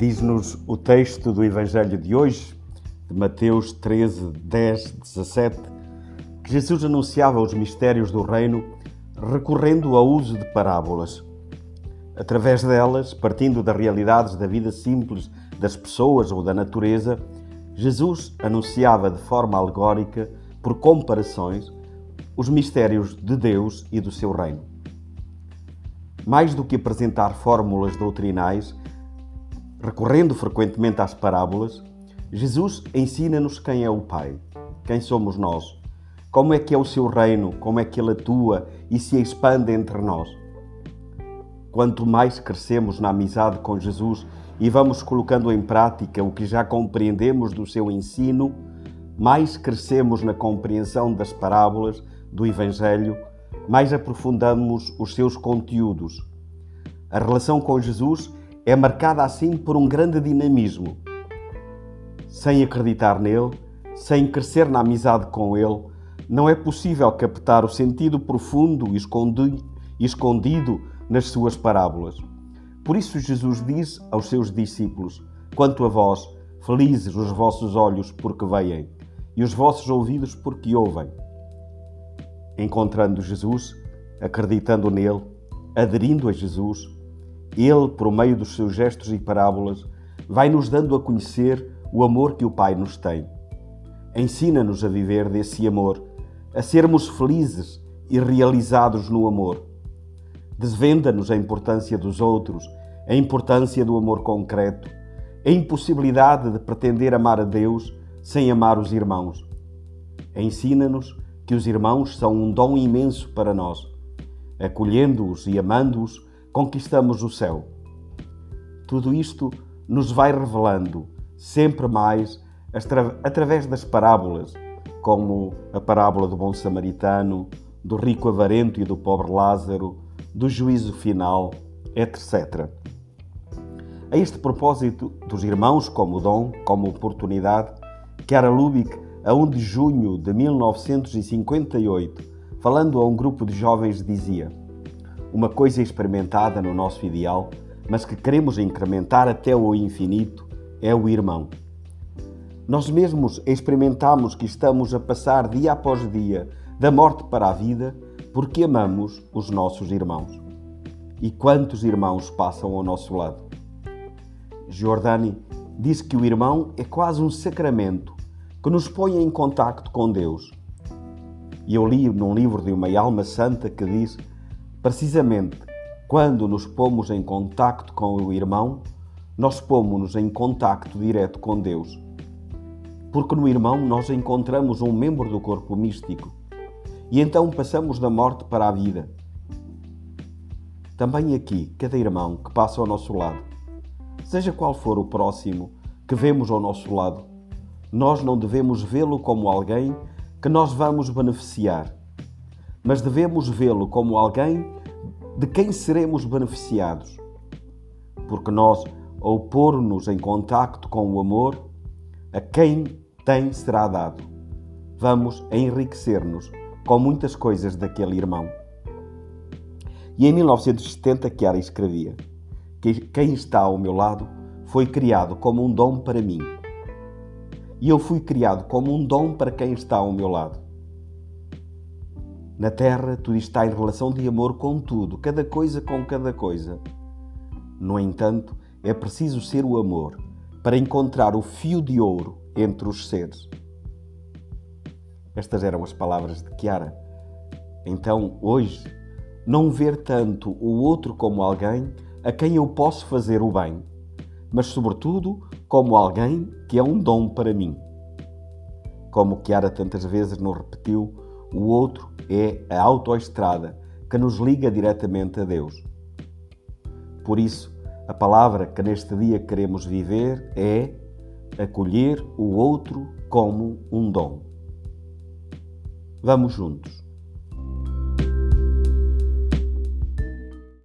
Diz-nos o texto do Evangelho de hoje, de Mateus 13, 10, 17, que Jesus anunciava os mistérios do reino recorrendo ao uso de parábolas. Através delas, partindo das realidades da vida simples das pessoas ou da natureza, Jesus anunciava de forma alegórica, por comparações, os mistérios de Deus e do seu reino. Mais do que apresentar fórmulas doutrinais, recorrendo frequentemente às parábolas, Jesus ensina-nos quem é o Pai, quem somos nós, como é que é o seu reino, como é que ele atua e se expande entre nós. Quanto mais crescemos na amizade com Jesus e vamos colocando em prática o que já compreendemos do seu ensino, mais crescemos na compreensão das parábolas do Evangelho, mais aprofundamos os seus conteúdos. A relação com Jesus é marcada assim por um grande dinamismo. Sem acreditar nele, sem crescer na amizade com ele, não é possível captar o sentido profundo e escondido nas suas parábolas. Por isso Jesus diz aos seus discípulos: quanto a vós, felizes os vossos olhos porque veem, e os vossos ouvidos porque ouvem. Encontrando Jesus, acreditando nele, aderindo a Jesus, ele, por meio dos seus gestos e parábolas, vai nos dando a conhecer o amor que o Pai nos tem. Ensina-nos a viver desse amor, a sermos felizes e realizados no amor. Desvenda-nos a importância dos outros, a importância do amor concreto, a impossibilidade de pretender amar a Deus sem amar os irmãos. Ensina-nos que os irmãos são um dom imenso para nós. Acolhendo-os e amando-os, conquistamos o céu. Tudo isto nos vai revelando sempre mais através das parábolas, como a parábola do bom samaritano, do rico avarento e do pobre Lázaro, do juízo final, etc. A este propósito dos irmãos como dom, como oportunidade, Chiara Lubich, a 1 de junho de 1958, falando a um grupo de jovens, dizia: uma coisa experimentada no nosso ideal, mas que queremos incrementar até ao infinito, é o irmão. Nós mesmos experimentamos que estamos a passar dia após dia da morte para a vida porque amamos os nossos irmãos. E quantos irmãos passam ao nosso lado? Giordani diz que o irmão é quase um sacramento que nos põe em contacto com Deus. E eu li num livro de uma alma santa que diz: precisamente quando nos pomos em contacto com o irmão, nós pomos-nos em contacto direto com Deus. Porque no irmão nós encontramos um membro do corpo místico e então passamos da morte para a vida. Também aqui, cada irmão que passa ao nosso lado, seja qual for o próximo que vemos ao nosso lado, nós não devemos vê-lo como alguém que nós vamos beneficiar, mas devemos vê-lo como alguém de quem seremos beneficiados. Porque nós, ao pôr-nos em contacto com o amor, a quem tem será dado. Vamos enriquecer-nos com muitas coisas daquele irmão. E em 1970, Chiara escrevia: quem está ao meu lado foi criado como um dom para mim. E eu fui criado como um dom para quem está ao meu lado. Na terra, tudo está em relação de amor com tudo, cada coisa com cada coisa. No entanto, é preciso ser o amor para encontrar o fio de ouro entre os seres. Estas eram as palavras de Chiara. Então, hoje, não ver tanto o outro como alguém a quem eu posso fazer o bem, mas, sobretudo, como alguém que é um dom para mim. Como Chiara tantas vezes nos repetiu, o outro é a autoestrada que nos liga diretamente a Deus. Por isso, a palavra que neste dia queremos viver é acolher o outro como um dom. Vamos juntos.